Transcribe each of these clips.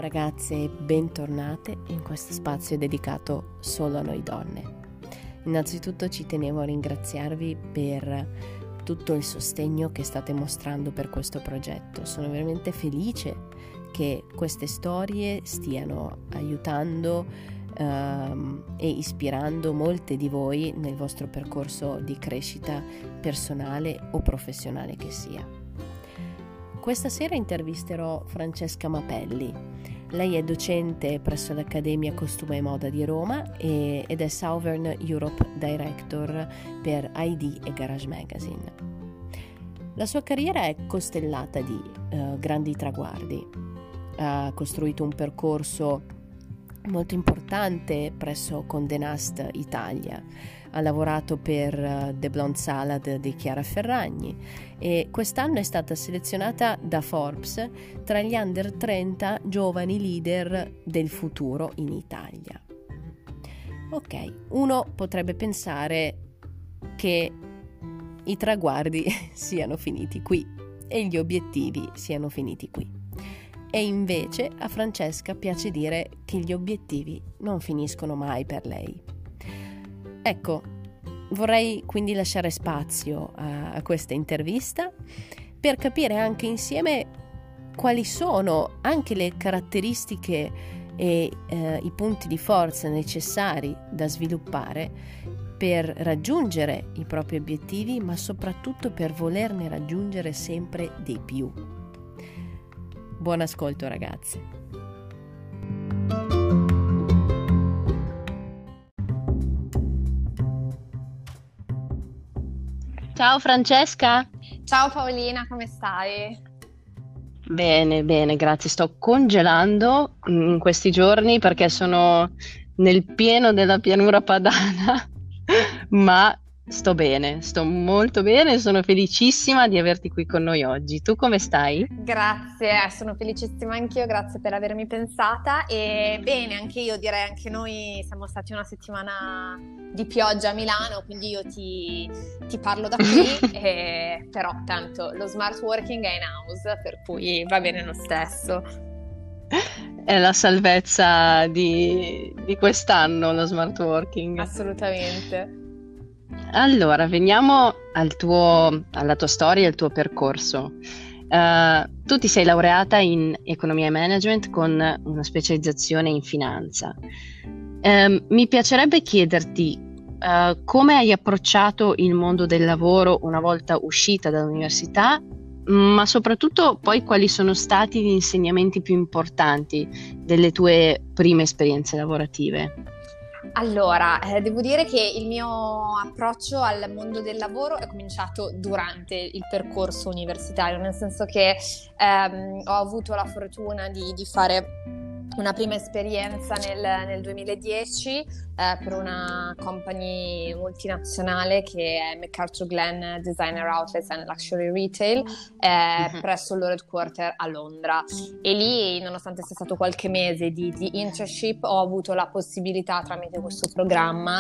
ragazze e bentornate in questo spazio dedicato solo a noi donne. Innanzitutto ci tenevo a ringraziarvi per tutto il sostegno che state mostrando per questo progetto. Sono veramente felice che queste storie stiano aiutando e ispirando molte di voi nel vostro percorso di crescita personale o professionale che sia. Questa sera intervisterò Francesca Mapelli. Lei è docente presso l'Accademia Costume e Moda di Roma ed è Southern Europe Director per ID e Garage Magazine. La sua carriera è costellata di grandi traguardi. Ha costruito un percorso molto importante presso Condé Nast Italia. Ha lavorato per The Blonde Salad di Chiara Ferragni e quest'anno è stata selezionata da Forbes tra gli under 30 giovani leader del futuro in Italia. Ok, uno potrebbe pensare che i traguardi siano finiti qui e gli obiettivi siano finiti qui. E invece a Francesca piace dire che gli obiettivi non finiscono mai per lei. Ecco, vorrei quindi lasciare spazio a questa intervista per capire anche insieme quali sono anche le caratteristiche e i punti di forza necessari da sviluppare per raggiungere i propri obiettivi, ma soprattutto per volerne raggiungere sempre di più. Buon ascolto, ragazze. Ciao Francesca. Ciao Paolina, come stai? Bene, bene, grazie. Sto congelando in questi giorni perché sono nel pieno della pianura padana, ma sto bene, sto molto bene, sono felicissima di averti qui con noi oggi. Tu come stai? Grazie, sono felicissima anch'io, grazie per avermi pensata e bene, anche io direi, anche noi siamo stati una settimana di pioggia a Milano, quindi io ti parlo da qui, però tanto lo smart working è in house, per cui va bene lo stesso. È la salvezza di quest'anno, lo smart working. Assolutamente. Allora, veniamo alla tua storia e al tuo percorso. Tu ti sei laureata in economia e management con una specializzazione in finanza. Mi piacerebbe chiederti come hai approcciato il mondo del lavoro una volta uscita dall'università, ma soprattutto poi quali sono stati gli insegnamenti più importanti delle tue prime esperienze lavorative? Allora, devo dire che il mio approccio al mondo del lavoro è cominciato durante il percorso universitario, nel senso che ho avuto la fortuna di fare una prima esperienza nel 2010 per una company multinazionale che è MacArthurGlen Designer Outlets and Luxury Retail presso il loro headquarter a Londra, e lì, nonostante sia stato qualche mese di internship, ho avuto la possibilità tramite questo programma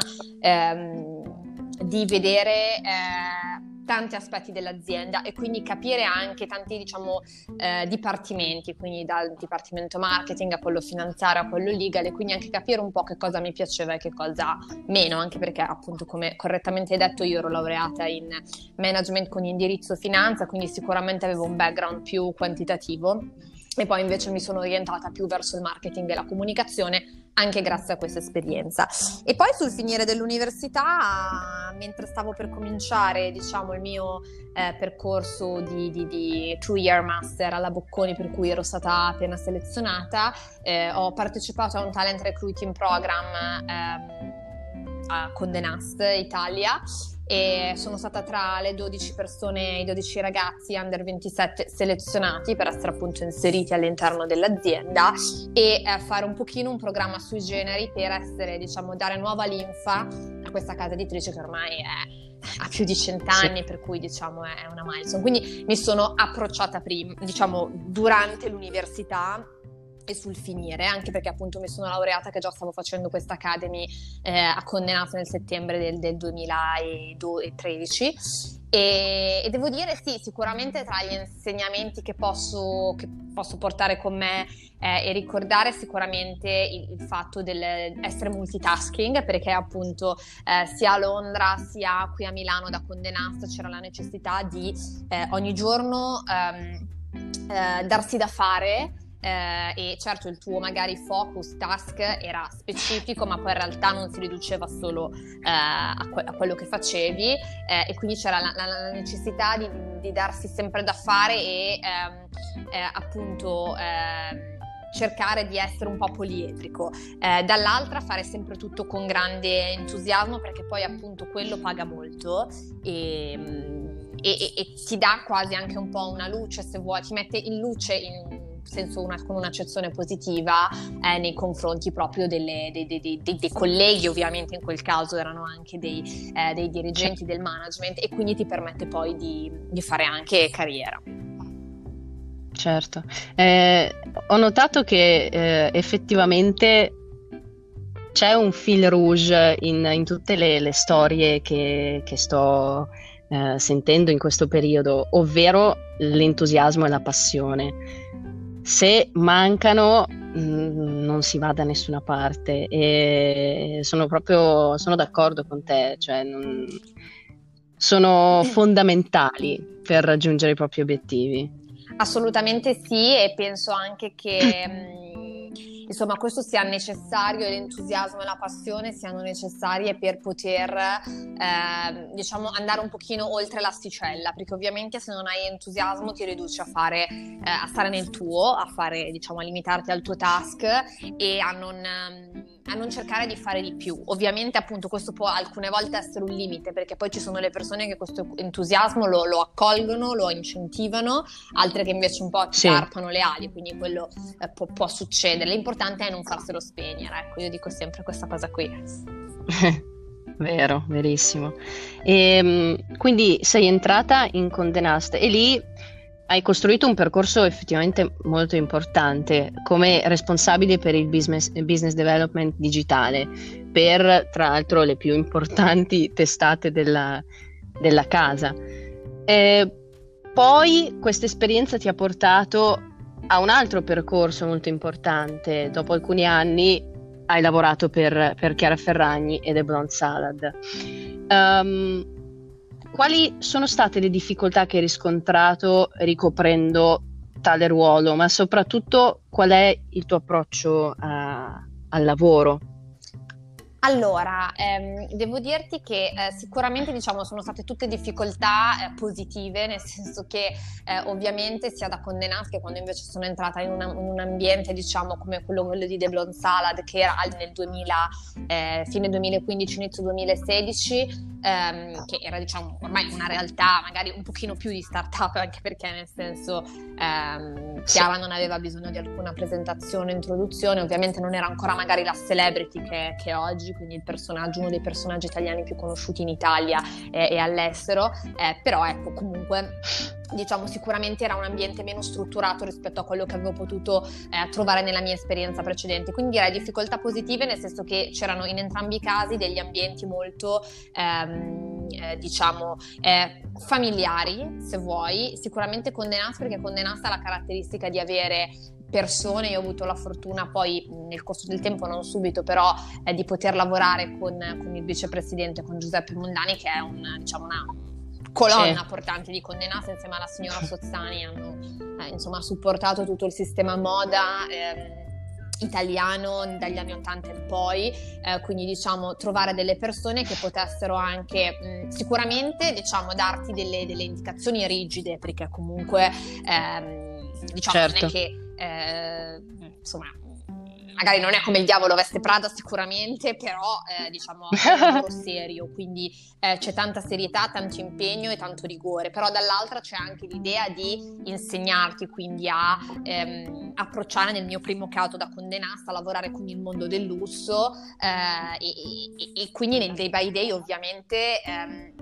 di vedere tanti aspetti dell'azienda e quindi capire anche tanti, dipartimenti, quindi dal dipartimento marketing a quello finanziario a quello legal, e quindi anche capire un po' che cosa mi piaceva e che cosa meno, anche perché appunto, come correttamente hai detto, io ero laureata in management con indirizzo finanza, quindi sicuramente avevo un background più quantitativo, e poi invece mi sono orientata più verso il marketing e la comunicazione anche grazie a questa esperienza. E poi sul finire dell'università, mentre stavo per cominciare il mio percorso di 2-year master alla Bocconi, per cui ero stata appena selezionata, ho partecipato a un talent recruiting program a Condé Nast Italia, e sono stata tra le 12 persone, i 12 ragazzi under 27 selezionati per essere appunto inseriti all'interno dell'azienda e fare un pochino un programma sui generi per essere, dare nuova linfa a questa casa editrice che ormai ha più di 100 anni, per cui è una milestone. Quindi mi sono approcciata durante l'università e sul finire, anche perché appunto mi sono laureata che già stavo facendo questa academy a Condé Nast nel settembre del 2013, E devo dire sì, sicuramente tra gli insegnamenti che posso portare con me e ricordare sicuramente il fatto del essere multitasking, perché appunto sia a Londra sia qui a Milano da Condé Nast c'era la necessità di ogni giorno darsi da fare. E certo il tuo magari focus task era specifico, ma poi in realtà non si riduceva solo a quello che facevi, e quindi c'era la necessità di darsi sempre da fare e appunto cercare di essere un po' poliedrico, dall'altra fare sempre tutto con grande entusiasmo, perché poi appunto quello paga molto e ti dà quasi anche un po' una luce, se vuoi, ti mette in luce con un'accezione positiva nei confronti proprio dei colleghi, ovviamente in quel caso erano anche dei dirigenti del management, e quindi ti permette poi di fare anche carriera. Certo. Ho notato che effettivamente c'è un fil rouge in tutte le storie che sto sentendo in questo periodo, ovvero l'entusiasmo e la passione. Se mancano, non si va da nessuna parte, e sono d'accordo con te, cioè sono fondamentali per raggiungere i propri obiettivi. Assolutamente sì, e penso anche che insomma questo sia necessario, l'entusiasmo e la passione siano necessarie per poter diciamo andare un pochino oltre l'asticella, perché ovviamente se non hai entusiasmo ti riduci a stare nel tuo, diciamo a limitarti al tuo task e a non cercare di fare di più. Ovviamente appunto questo può alcune volte essere un limite, perché poi ci sono le persone che questo entusiasmo lo accolgono, lo incentivano, altre che invece un po' ti tarpano le ali, quindi quello può succedere. L'importante è non farselo spegnere, ecco, io dico sempre questa cosa qui. Vero, verissimo. Quindi sei entrata in Condé Nast e lì hai costruito un percorso effettivamente molto importante come responsabile per il business development digitale per, tra l'altro, le più importanti testate della casa. Poi questa esperienza ti ha portato a un altro percorso molto importante. Dopo alcuni anni hai lavorato per Chiara Ferragni e The Blonde Salad. Quali sono state le difficoltà che hai riscontrato ricoprendo tale ruolo, ma soprattutto qual è il tuo approccio al lavoro? Allora, devo dirti che sicuramente diciamo sono state tutte difficoltà positive, nel senso che ovviamente sia da Condé Nast che quando invece sono entrata in un ambiente diciamo come quello di The Blonde Salad, che era nel fine 2015, inizio 2016, che era diciamo ormai una realtà magari un pochino più di startup, anche perché nel senso Chiara non aveva bisogno di alcuna presentazione, introduzione, ovviamente non era ancora magari la celebrity che è oggi, quindi uno dei personaggi italiani più conosciuti in Italia e all'estero, però ecco comunque diciamo sicuramente era un ambiente meno strutturato rispetto a quello che avevo potuto trovare nella mia esperienza precedente, quindi direi difficoltà positive nel senso che c'erano in entrambi i casi degli ambienti molto diciamo familiari, se vuoi. Sicuramente Condé Nast, perché Condé Nast ha la caratteristica di avere persone, io ho avuto la fortuna poi nel corso del tempo, non subito però, di poter lavorare con il vicepresidente, con Giuseppe Mondani, che è una colonna portante di Condé Nast, insieme alla signora Sozzani hanno insomma supportato tutto il sistema moda italiano dagli anni 80 in poi, quindi diciamo trovare delle persone che potessero anche sicuramente diciamo darti delle indicazioni rigide, perché comunque diciamo non è che insomma magari non è come il diavolo veste Prada sicuramente, però diciamo è un lavoro serio, quindi c'è tanta serietà, tanto impegno e tanto rigore, però dall'altra c'è anche l'idea di insegnarti, quindi a approcciare, nel mio primo caso da Condé Nast, a lavorare con il mondo del lusso e quindi nel day by day ovviamente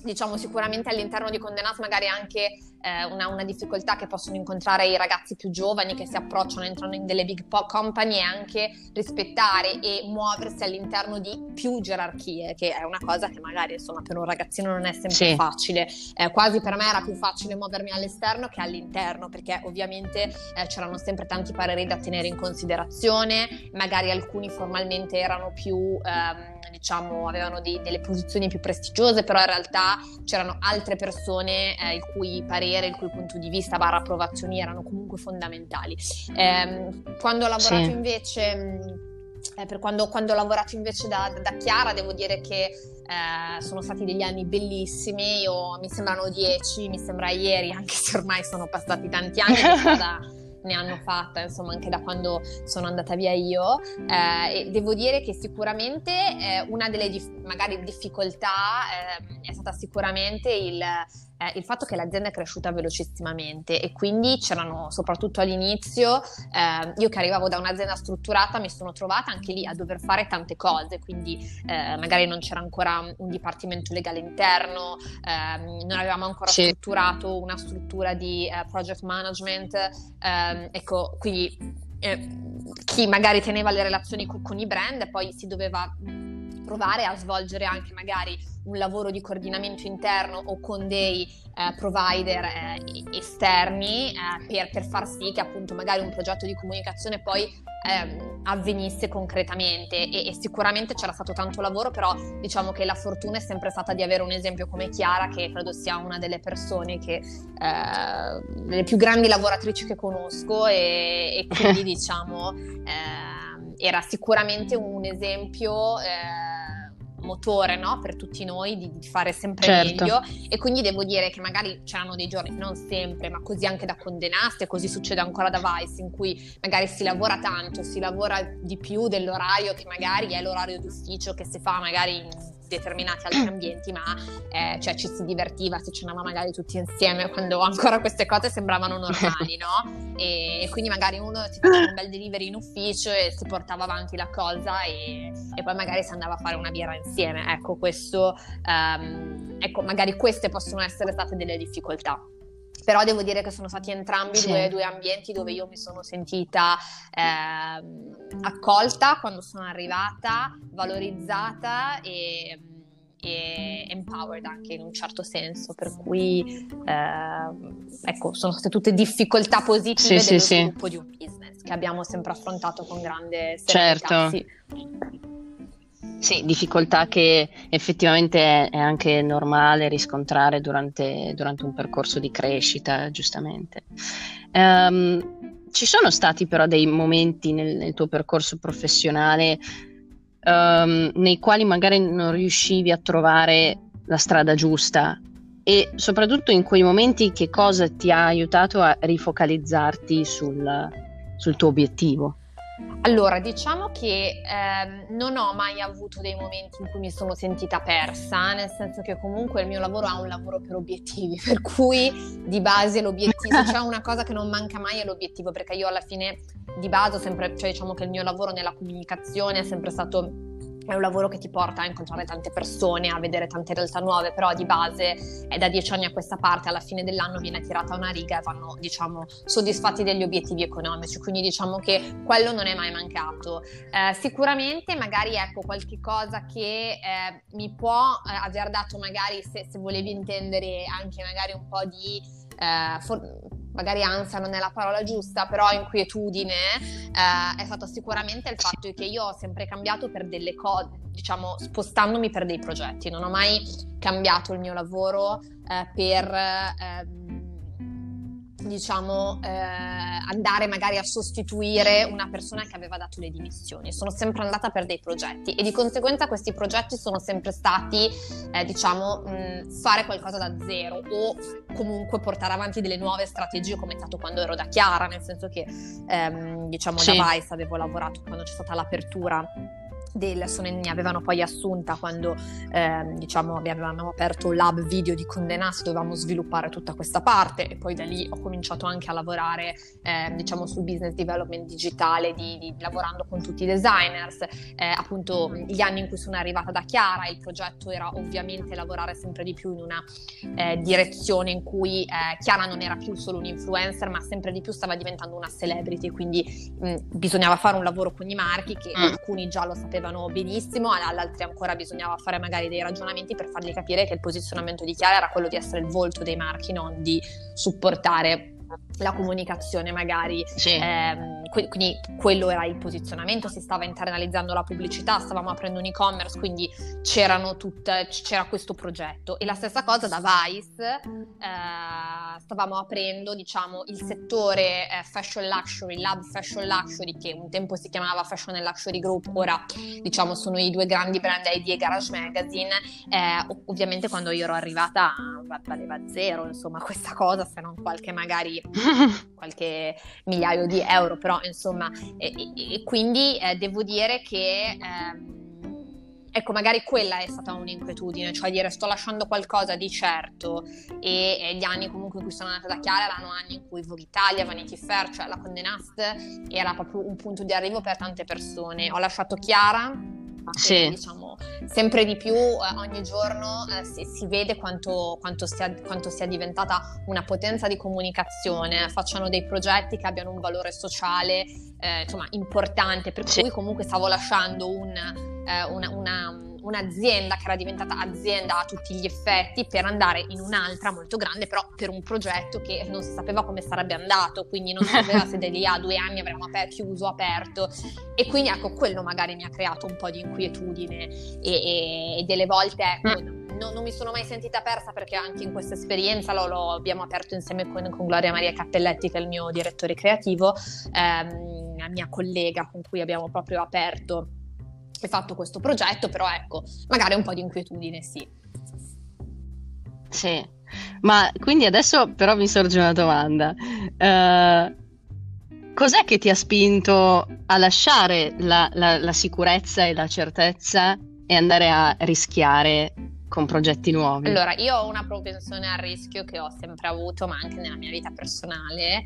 diciamo sicuramente all'interno di Condé Nast magari anche una difficoltà che possono incontrare i ragazzi più giovani che si approcciano, entrano in delle big company, è anche rispettare e muoversi all'interno di più gerarchie, che è una cosa che magari insomma per un ragazzino non è sempre facile. Quasi per me era più facile muovermi all'esterno che all'interno, perché ovviamente c'erano sempre tanti pareri da tenere in considerazione, magari alcuni formalmente erano più diciamo avevano delle posizioni più prestigiose, però in realtà c'erano altre persone il cui parere, il cui punto di vista / approvazioni erano comunque fondamentali. Quando ho lavorato invece quando ho lavorato invece da Chiara, devo dire che sono stati degli anni bellissimi. Mi sembrano 10, mi sembra ieri, anche se ormai sono passati tanti anni ne hanno fatta, insomma, anche da quando sono andata via io, e devo dire che sicuramente una delle magari difficoltà è stata sicuramente il fatto che l'azienda è cresciuta velocissimamente, e quindi c'erano, soprattutto all'inizio, io che arrivavo da un'azienda strutturata mi sono trovata anche lì a dover fare tante cose, quindi magari non c'era ancora un dipartimento legale interno, non avevamo ancora strutturato una struttura di project management, ecco, quindi chi magari teneva le relazioni con i brand, poi si doveva provare a svolgere anche magari un lavoro di coordinamento interno o con dei provider esterni per far sì che appunto magari un progetto di comunicazione poi avvenisse concretamente, e sicuramente c'era stato tanto lavoro, però diciamo che la fortuna è sempre stata di avere un esempio come Chiara, che credo sia una delle persone che delle più grandi lavoratrici che conosco, e quindi diciamo era sicuramente un esempio motore, no? Per tutti noi di fare sempre meglio, e quindi devo dire che magari c'erano dei giorni, non sempre, ma così anche da Condé Nast, e così succede ancora da Vice, in cui magari si lavora tanto, si lavora di più dell'orario che magari è l'orario d'ufficio che si fa magari in determinati altri ambienti, ma cioè ci si divertiva, si cenava magari tutti insieme, quando ancora queste cose sembravano normali, no? E quindi magari uno si faceva un bel delivery in ufficio e si portava avanti la cosa, e poi magari si andava a fare una birra insieme. Ecco, questo ecco, magari queste possono essere state delle difficoltà. Però devo dire che sono stati entrambi due ambienti dove io mi sono sentita accolta quando sono arrivata, valorizzata e empowered anche in un certo senso, per cui ecco, sono state tutte difficoltà positive dello sviluppo di un business che abbiamo sempre affrontato con grande serenità. Sì, difficoltà che effettivamente è anche normale riscontrare durante un percorso di crescita, giustamente. Ci sono stati però dei momenti nel tuo percorso professionale nei quali magari non riuscivi a trovare la strada giusta, e soprattutto in quei momenti che cosa ti ha aiutato a rifocalizzarti sul tuo obiettivo? Allora, diciamo che non ho mai avuto dei momenti in cui mi sono sentita persa, nel senso che comunque il mio lavoro è un lavoro per obiettivi, per cui di base l'obiettivo, se c'è una cosa che non manca mai è l'obiettivo, perché io alla fine di base ho sempre, cioè diciamo che il mio lavoro nella comunicazione è sempre stato, è un lavoro che ti porta a incontrare tante persone, a vedere tante realtà nuove, però di base è da 10 anni a questa parte, alla fine dell'anno viene tirata una riga e vanno, diciamo, soddisfatti degli obiettivi economici, quindi diciamo che quello non è mai mancato. Sicuramente magari ecco qualche cosa che mi può aver dato, magari se volevi intendere anche magari un po' di magari ansia non è la parola giusta, però inquietudine, è stato sicuramente il fatto che io ho sempre cambiato per delle cose, diciamo spostandomi per dei progetti, non ho mai cambiato il mio lavoro per diciamo andare magari a sostituire una persona che aveva dato le dimissioni. Sono sempre andata per dei progetti, e di conseguenza questi progetti sono sempre stati diciamo fare qualcosa da zero, o comunque portare avanti delle nuove strategie, come è stato quando ero da Chiara, nel senso che diciamo da Vice avevo lavorato quando c'è stata l'apertura mi avevano poi assunta quando diciamo avevamo aperto un lab video di Condé Nast, dovevamo sviluppare tutta questa parte, e poi da lì ho cominciato anche a lavorare diciamo sul business development digitale, lavorando con tutti i designers. Appunto gli anni in cui sono arrivata da Chiara, il progetto era ovviamente lavorare sempre di più in una direzione in cui Chiara non era più solo un influencer, ma sempre di più stava diventando una celebrity, quindi bisognava fare un lavoro con i marchi che alcuni già lo sapevano benissimo, ad altri ancora bisognava fare magari dei ragionamenti per fargli capire che il posizionamento di Chiara era quello di essere il volto dei marchi, non di supportare la comunicazione magari. Sì. Quindi quello era il posizionamento, si stava internalizzando la pubblicità, stavamo aprendo un e-commerce, quindi c'era questo progetto. E la stessa cosa da Vice, stavamo aprendo diciamo il settore Fashion Luxury, Lab Fashion Luxury, che un tempo si chiamava Fashion and Luxury Group, ora diciamo sono i due grandi brand ID e Garage Magazine. Ovviamente quando io ero arrivata valeva zero, insomma, questa cosa, se non qualche migliaio di euro, però insomma, e quindi devo dire che ecco, magari quella è stata un'inquietudine, cioè dire sto lasciando qualcosa di certo, e gli anni comunque in cui sono andata da Chiara erano anni in cui Vogue Italia, Vanity Fair, cioè la Condé Nast era proprio un punto di arrivo per tante persone. Ho lasciato Chiara, sì. E, diciamo, sempre di più ogni giorno si vede quanto sia diventata una potenza di comunicazione, facciano dei progetti che abbiano un valore sociale insomma importante, per cui comunque stavo lasciando un'azienda che era diventata azienda a tutti gli effetti per andare in un'altra molto grande, però per un progetto che non si sapeva come sarebbe andato, quindi non si sapeva se da lì a 2 anni avremmo chiuso, aperto, e quindi ecco, quello magari mi ha creato un po' di inquietudine, e delle volte ecco, non mi sono mai sentita persa, perché anche in questa esperienza lo abbiamo aperto insieme con Gloria Maria Cappelletti, che è il mio direttore creativo, la mia collega con cui abbiamo proprio aperto e fatto questo progetto. Però ecco, magari un po' di inquietudine sì. Sì, ma quindi adesso però mi sorge una domanda. Cos'è che ti ha spinto a lasciare la sicurezza e la certezza e andare a rischiare con progetti nuovi? Allora, io ho una propensione al rischio che ho sempre avuto, ma anche nella mia vita personale,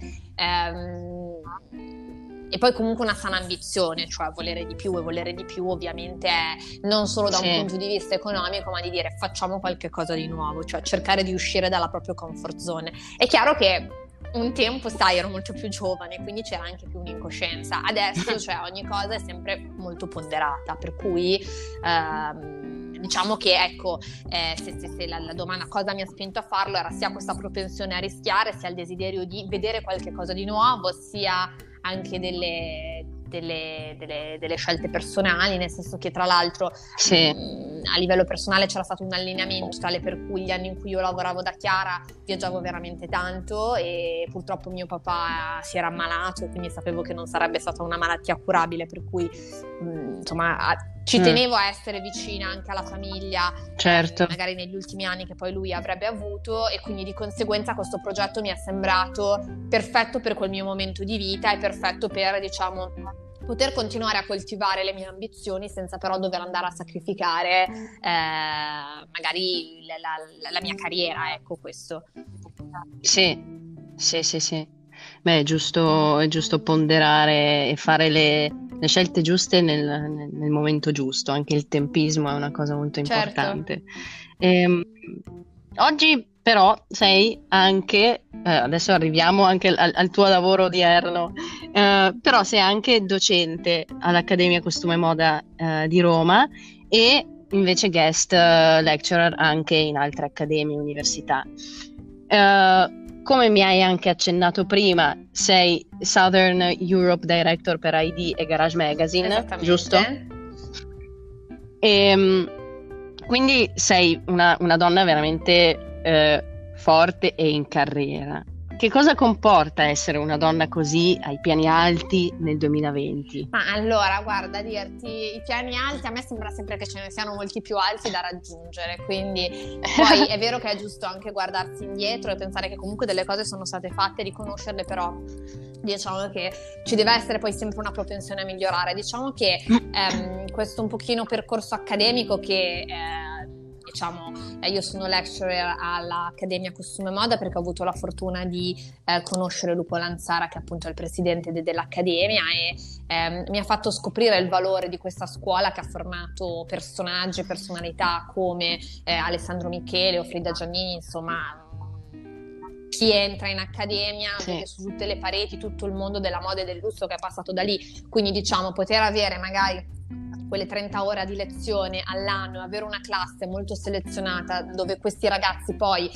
e poi comunque una sana ambizione, cioè volere di più, e volere di più ovviamente è non solo da un punto di vista economico, ma di dire facciamo qualche cosa di nuovo, cioè cercare di uscire dalla propria comfort zone. È chiaro che un tempo, sai, ero molto più giovane, quindi c'era anche più un'incoscienza. Adesso, cioè, ogni cosa è sempre molto ponderata, per cui diciamo che, ecco, se la domanda cosa mi ha spinto a farlo era sia questa propensione a rischiare, sia il desiderio di vedere qualche cosa di nuovo, sia anche delle scelte personali, nel senso che tra l'altro a livello personale c'era stato un allineamento tale per cui gli anni in cui io lavoravo da Chiara viaggiavo veramente tanto, e purtroppo mio papà si era ammalato, e quindi sapevo che non sarebbe stata una malattia curabile, per cui insomma ci tenevo a essere vicina anche alla famiglia, certo, magari negli ultimi anni che poi lui avrebbe avuto, e quindi di conseguenza questo progetto mi è sembrato perfetto per quel mio momento di vita, e perfetto per, diciamo, poter continuare a coltivare le mie ambizioni senza però dover andare a sacrificare magari la mia carriera, ecco, questo. Sì. Beh, è giusto ponderare e fare le scelte giuste nel momento giusto. Anche il tempismo è una cosa molto importante. Oggi però sei anche, adesso arriviamo anche al tuo lavoro odierno, però sei anche docente all'Accademia Costume e Moda di Roma, e invece guest lecturer anche in altre accademie e università. Come mi hai anche accennato prima, sei Southern Europe Director per ID e Garage Magazine, giusto? Quindi sei una donna veramente forte e in carriera. Che cosa comporta essere una donna così ai piani alti nel 2020? Ma allora, guarda, dirti i piani alti, a me sembra sempre che ce ne siano molti più alti da raggiungere, quindi poi è vero che è giusto anche guardarsi indietro e pensare che comunque delle cose sono state fatte, riconoscerle, però diciamo che ci deve essere poi sempre una propensione a migliorare. Diciamo che questo un pochino percorso accademico che io sono lecturer all'Accademia Costume e Moda perché ho avuto la fortuna di conoscere Lupo Lanzara, che appunto è il presidente dell'Accademia, e mi ha fatto scoprire il valore di questa scuola che ha formato personaggi e personalità come Alessandro Michele o Frida Giannini, insomma. Chi entra in accademia vede su tutte le pareti tutto il mondo della moda e del lusso che è passato da lì, quindi diciamo poter avere magari quelle 30 ore di lezione all'anno, avere una classe molto selezionata dove questi ragazzi poi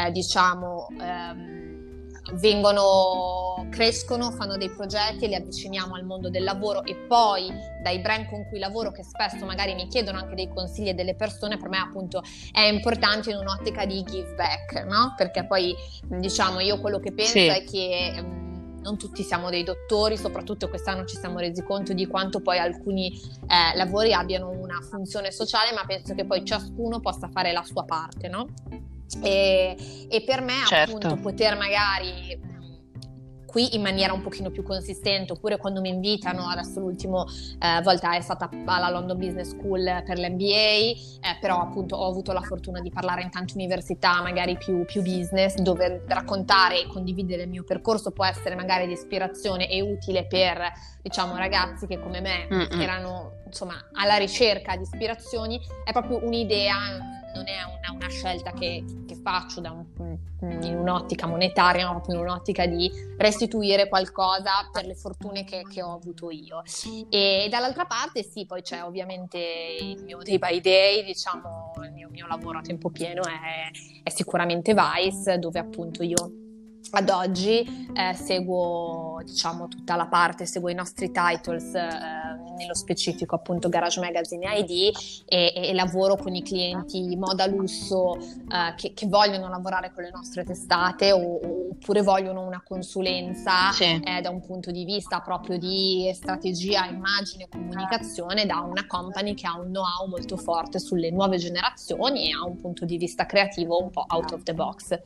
crescono, fanno dei progetti e li avviciniamo al mondo del lavoro, e poi dai brand con cui lavoro, che spesso magari mi chiedono anche dei consigli e delle persone, per me appunto è importante in un'ottica di give back, no? Perché poi diciamo io quello che penso è che non tutti siamo dei dottori, soprattutto quest'anno ci siamo resi conto di quanto poi alcuni lavori abbiano una funzione sociale, ma penso che poi ciascuno possa fare la sua parte, no? E per me appunto poter magari qui in maniera un pochino più consistente, oppure quando mi invitano, adesso l'ultima volta è stata alla London Business School per l'MBA, però appunto ho avuto la fortuna di parlare in tante università magari più business, dove raccontare e condividere il mio percorso può essere magari di ispirazione e utile per, diciamo, ragazzi che come me erano insomma alla ricerca di ispirazioni. È proprio un'idea, non è una scelta che faccio in un'ottica monetaria, ma proprio in un'ottica di restituire qualcosa per le fortune che ho avuto io. E dall'altra parte sì, poi c'è ovviamente il mio day by day, diciamo, il mio lavoro a tempo pieno è sicuramente Vice, dove appunto io ad oggi seguo, diciamo, tutta la parte, seguo i nostri titles, nello specifico appunto Garage Magazine e ID, e lavoro con i clienti moda lusso che vogliono lavorare con le nostre testate oppure vogliono una consulenza da un punto di vista proprio di strategia, immagine, comunicazione, da una company che ha un know-how molto forte sulle nuove generazioni e ha un punto di vista creativo un po' out of the box.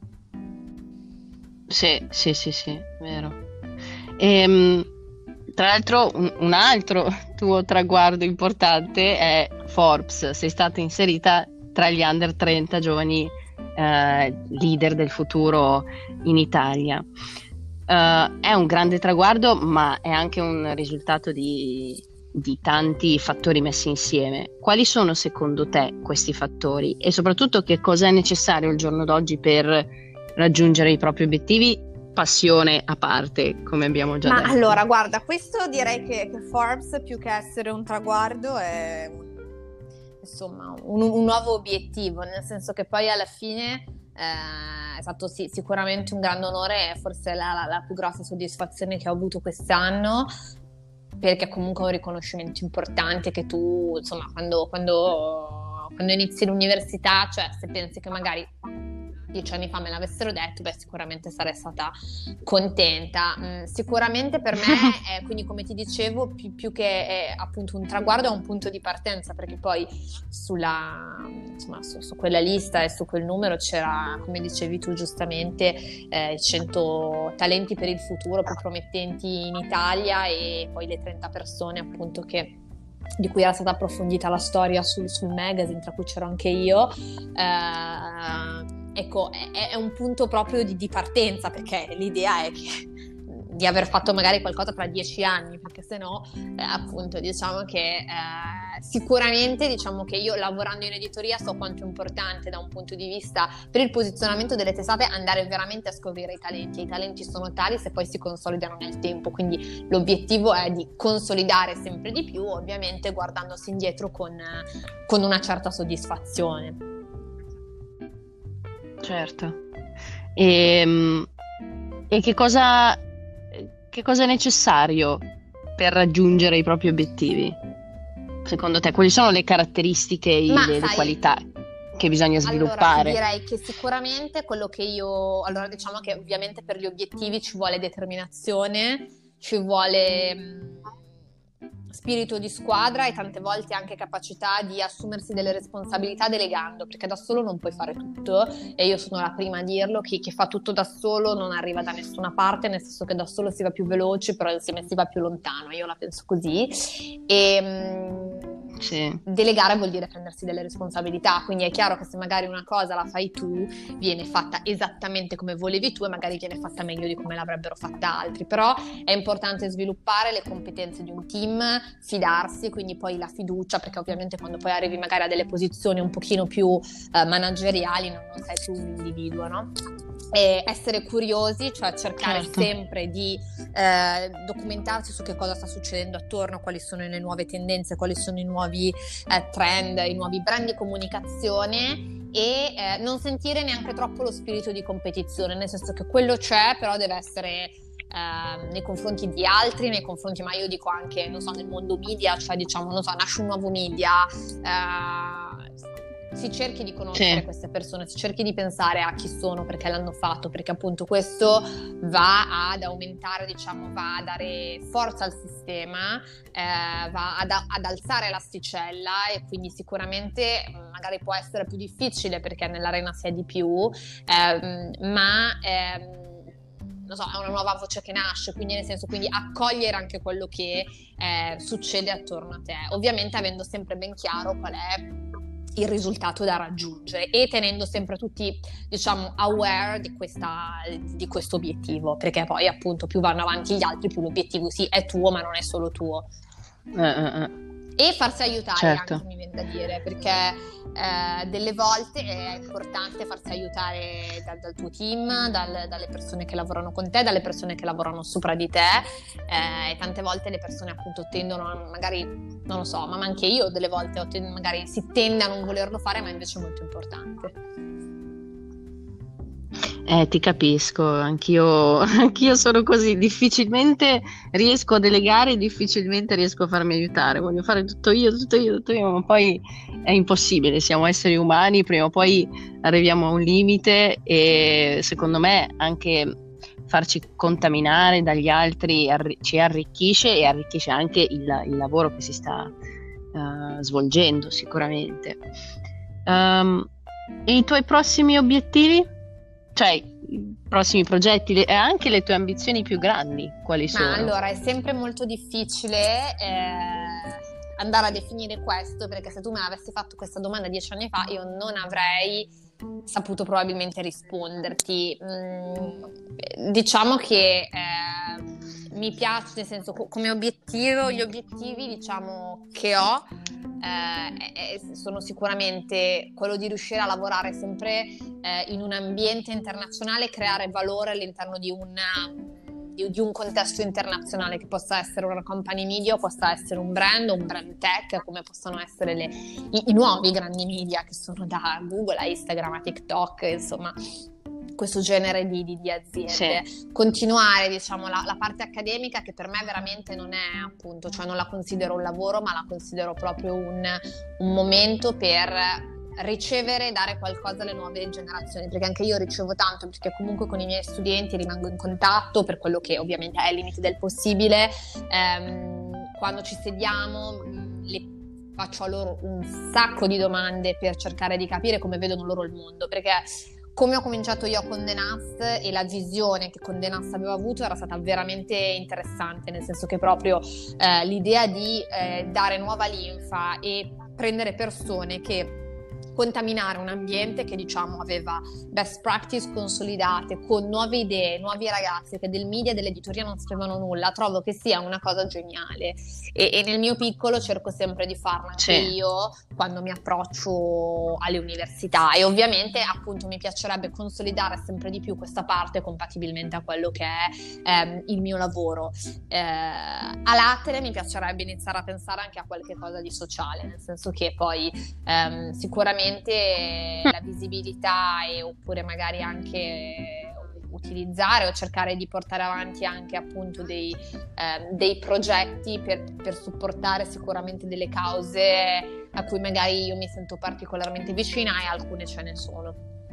Sì, vero. Tra l'altro un altro tuo traguardo importante è Forbes, sei stata inserita tra gli under 30 giovani leader del futuro in Italia. È un grande traguardo, ma è anche un risultato di tanti fattori messi insieme. Quali sono secondo te questi fattori, e soprattutto che cosa è necessario al giorno d'oggi per raggiungere i propri obiettivi, passione a parte, come abbiamo già detto? Allora, guarda, questo direi che Forbes, più che essere un traguardo, è un nuovo obiettivo, nel senso che poi alla fine è stato sicuramente un grande onore e forse la più grossa soddisfazione che ho avuto quest'anno, perché comunque è un riconoscimento importante che tu, insomma, quando inizi l'università, cioè se pensi che magari 10 anni fa me l'avessero detto, sicuramente sarei stata contenta. Sicuramente per me quindi come ti dicevo, più che appunto un traguardo, è un punto di partenza, perché poi su quella lista e su quel numero c'era, come dicevi tu giustamente, 100 talenti per il futuro più promettenti in Italia, e poi le 30 persone appunto di cui era stata approfondita la storia sul magazine, tra cui c'ero anche io. Ecco, è un punto proprio di partenza, perché l'idea è di aver fatto magari qualcosa tra 10 anni, perché se no appunto diciamo che sicuramente, diciamo che io lavorando in editoria so quanto è importante da un punto di vista per il posizionamento delle testate andare veramente a scoprire i talenti, e i talenti sono tali se poi si consolidano nel tempo, quindi l'obiettivo è di consolidare sempre di più, ovviamente guardandosi indietro con una certa soddisfazione. Certo. E che cosa è necessario per raggiungere i propri obiettivi? Secondo te, quali sono le caratteristiche, le qualità? che bisogna Allora, ti sviluppare. direi che sicuramente quello che io... Allora, diciamo che ovviamente per gli obiettivi ci vuole determinazione, ci vuole spirito di squadra e tante volte anche capacità di assumersi delle responsabilità delegando, perché da solo non puoi fare tutto e io sono la prima a dirlo, chi fa tutto da solo non arriva da nessuna parte, nel senso che da solo si va più veloce, però insieme si va più lontano, io la penso così. Sì. Delegare vuol dire prendersi delle responsabilità, quindi è chiaro che se magari una cosa la fai tu viene fatta esattamente come volevi tu e magari viene fatta meglio di come l'avrebbero fatta altri, però è importante sviluppare le competenze di un team, fidarsi, quindi poi la fiducia, perché ovviamente quando poi arrivi magari a delle posizioni un pochino più manageriali non sei più un individuo, no? E essere curiosi, cioè cercare sempre di documentarsi su che cosa sta succedendo attorno, quali sono le nuove tendenze, quali sono i nuovi trend, i nuovi brand di comunicazione e non sentire neanche troppo lo spirito di competizione, nel senso che quello c'è, però deve essere nei confronti di altri, nei confronti, ma io dico anche, non so, nel mondo media, cioè diciamo, non so, nasce un nuovo media, si cerchi di conoscere queste persone, si cerchi di pensare a chi sono, perché l'hanno fatto, perché appunto questo va ad aumentare, diciamo, va a dare forza al sistema, va ad alzare l'asticella e quindi sicuramente magari può essere più difficile perché nell'arena si è di più, ma non so, è una nuova voce che nasce, quindi nel senso, quindi accogliere anche quello che succede attorno a te, ovviamente avendo sempre ben chiaro qual è il risultato da raggiungere e tenendo sempre tutti, diciamo, aware di questo obiettivo, perché poi appunto più vanno avanti gli altri, più l'obiettivo sì è tuo, ma non è solo tuo. E farsi aiutare anche, mi viene da dire, perché delle volte è importante farsi aiutare dal tuo team, dalle persone che lavorano con te, dalle persone che lavorano sopra di te, e tante volte le persone appunto tendono a, magari, non lo so, ma anche io delle volte magari si tende a non volerlo fare, ma invece è molto importante. Ti capisco, anch'io sono così, difficilmente riesco a delegare, difficilmente riesco a farmi aiutare, voglio fare tutto io, ma poi è impossibile, siamo esseri umani, prima o poi arriviamo a un limite e secondo me anche farci contaminare dagli altri ci arricchisce e arricchisce anche il lavoro che si sta svolgendo sicuramente. E i tuoi prossimi obiettivi? Cioè, i prossimi progetti e anche le tue ambizioni più grandi, quali sono? Ma allora, è sempre molto difficile andare a definire questo, perché se tu me l'avessi fatto questa domanda 10 anni fa, io non avrei saputo probabilmente risponderti. Diciamo che mi piace, nel senso, come obiettivo, gli obiettivi, diciamo, che ho sono sicuramente quello di riuscire a lavorare sempre in un ambiente internazionale, creare valore all'interno di un contesto internazionale, che possa essere una company media o possa essere un brand tech, come possono essere i nuovi grandi media che sono da Google a Instagram a TikTok, insomma questo genere di aziende. Sì. Continuare, diciamo, la parte accademica, che per me veramente non è, appunto, cioè non la considero un lavoro, ma la considero proprio un momento per ricevere e dare qualcosa alle nuove generazioni, perché anche io ricevo tanto, perché comunque con i miei studenti rimango in contatto, per quello che ovviamente è ai limiti del possibile. Quando ci sediamo faccio a loro un sacco di domande per cercare di capire come vedono loro il mondo, perché come ho cominciato io con The Nas e la visione che con The Nas avevo avuto era stata veramente interessante, nel senso che proprio l'idea di dare nuova linfa e prendere persone che contaminare un ambiente che, diciamo, aveva best practice consolidate, con nuove idee, nuovi ragazzi che del media e dell'editoria non sapevano nulla, trovo che sia una cosa geniale e nel mio piccolo cerco sempre di farlo anche io quando mi approccio alle università, e ovviamente appunto mi piacerebbe consolidare sempre di più questa parte compatibilmente a quello che è il mio lavoro. A latere mi piacerebbe iniziare a pensare anche a qualche cosa di sociale, nel senso che poi sicuramente la visibilità oppure magari anche utilizzare o cercare di portare avanti anche appunto dei progetti per supportare sicuramente delle cause a cui magari io mi sento particolarmente vicina, e alcune ce ne sono.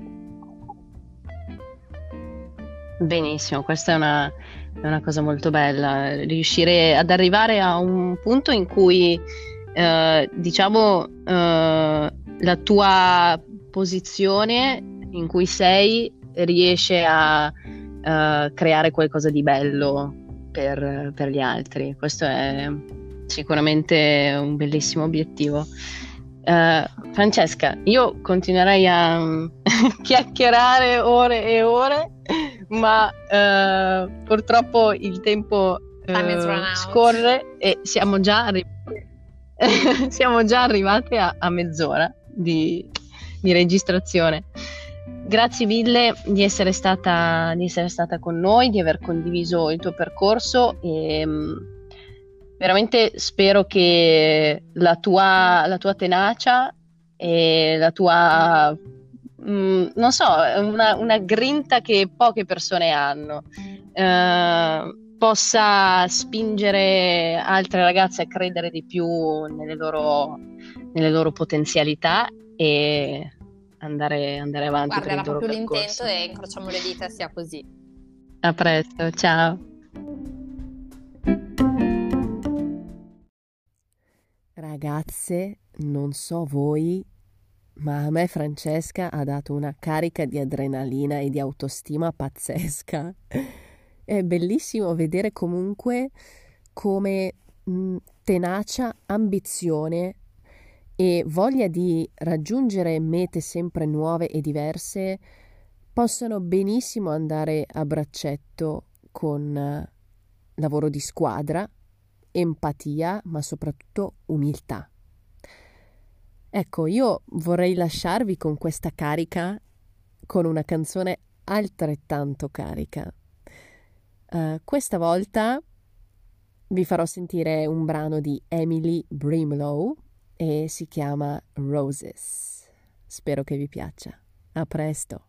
Benissimo, questa è una cosa molto bella, riuscire ad arrivare a un punto in cui diciamo la tua posizione in cui sei riesce a creare qualcosa di bello per gli altri. Questo è sicuramente un bellissimo obiettivo. Francesca, io continuerei a chiacchierare ore e ore, ma purtroppo il tempo scorre e siamo già arrivate a mezz'ora di registrazione. Grazie mille di essere stata con noi, di aver condiviso il tuo percorso, e veramente spero che la tua tenacia e la tua non so, una grinta che poche persone hanno possa spingere altre ragazze a credere di più nelle loro potenzialità e andare avanti. Guarda, era proprio l'intento, percorso. e incrociamo le dita sia così. A presto, ciao. Ragazze, non so voi, ma a me Francesca ha dato una carica di adrenalina e di autostima pazzesca. È bellissimo vedere comunque come tenacia, ambizione e voglia di raggiungere mete sempre nuove e diverse possono benissimo andare a braccetto con lavoro di squadra, empatia, ma soprattutto umiltà. Ecco, io vorrei lasciarvi con questa carica, con una canzone altrettanto carica. Questa volta vi farò sentire un brano di Emily Brimlow e si chiama Roses. Spero che vi piaccia. A presto.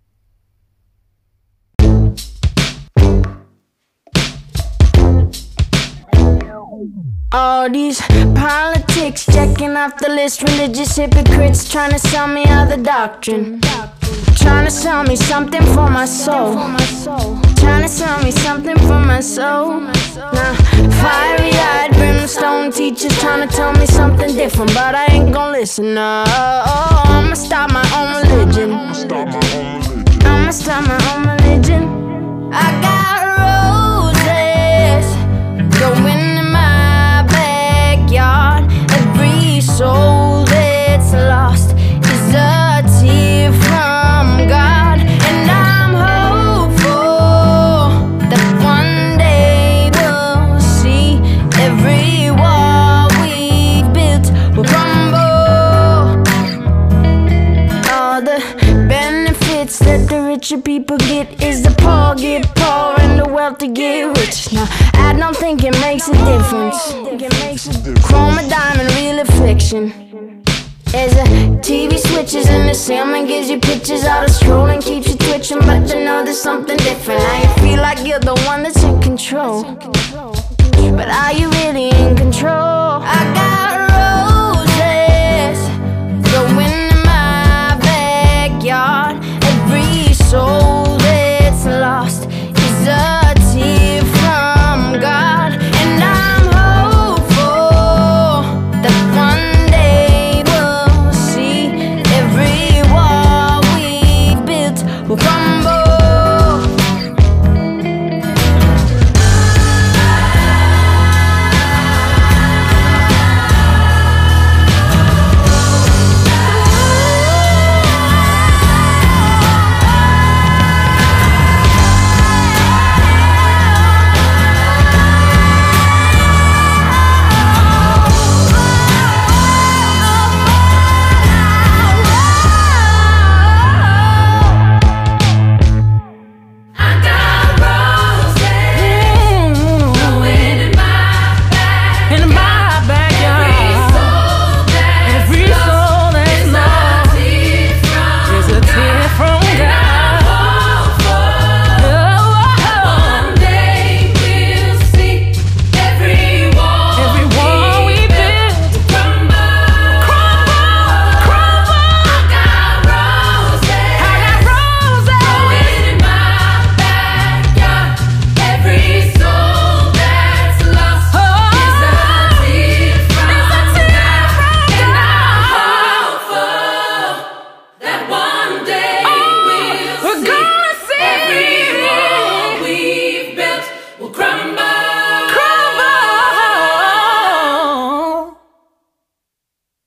All these politics checking off the list, religious hypocrites trying to sell me other doctrine, trying to sell me something for my soul, trying to sell me something for my soul. Now, fiery-eyed brimstone teachers trying to tell me something different, but I ain't gonna listen. No, I'ma start my own religion. I'ma start my own religion. I got roses going in my backyard. Every soul that's lost is a tear from God, and I'm hopeful that one day we'll see every wall we've built will crumble. All the benefits that the richer people get is the poor get poor and the wealthy get rich. Now I don't think it makes a difference. Chrome a diamond, real affliction. There's a TV switches and the salmon gives you pictures. All the scrolling keeps you twitching, but you know there's something different. I ain't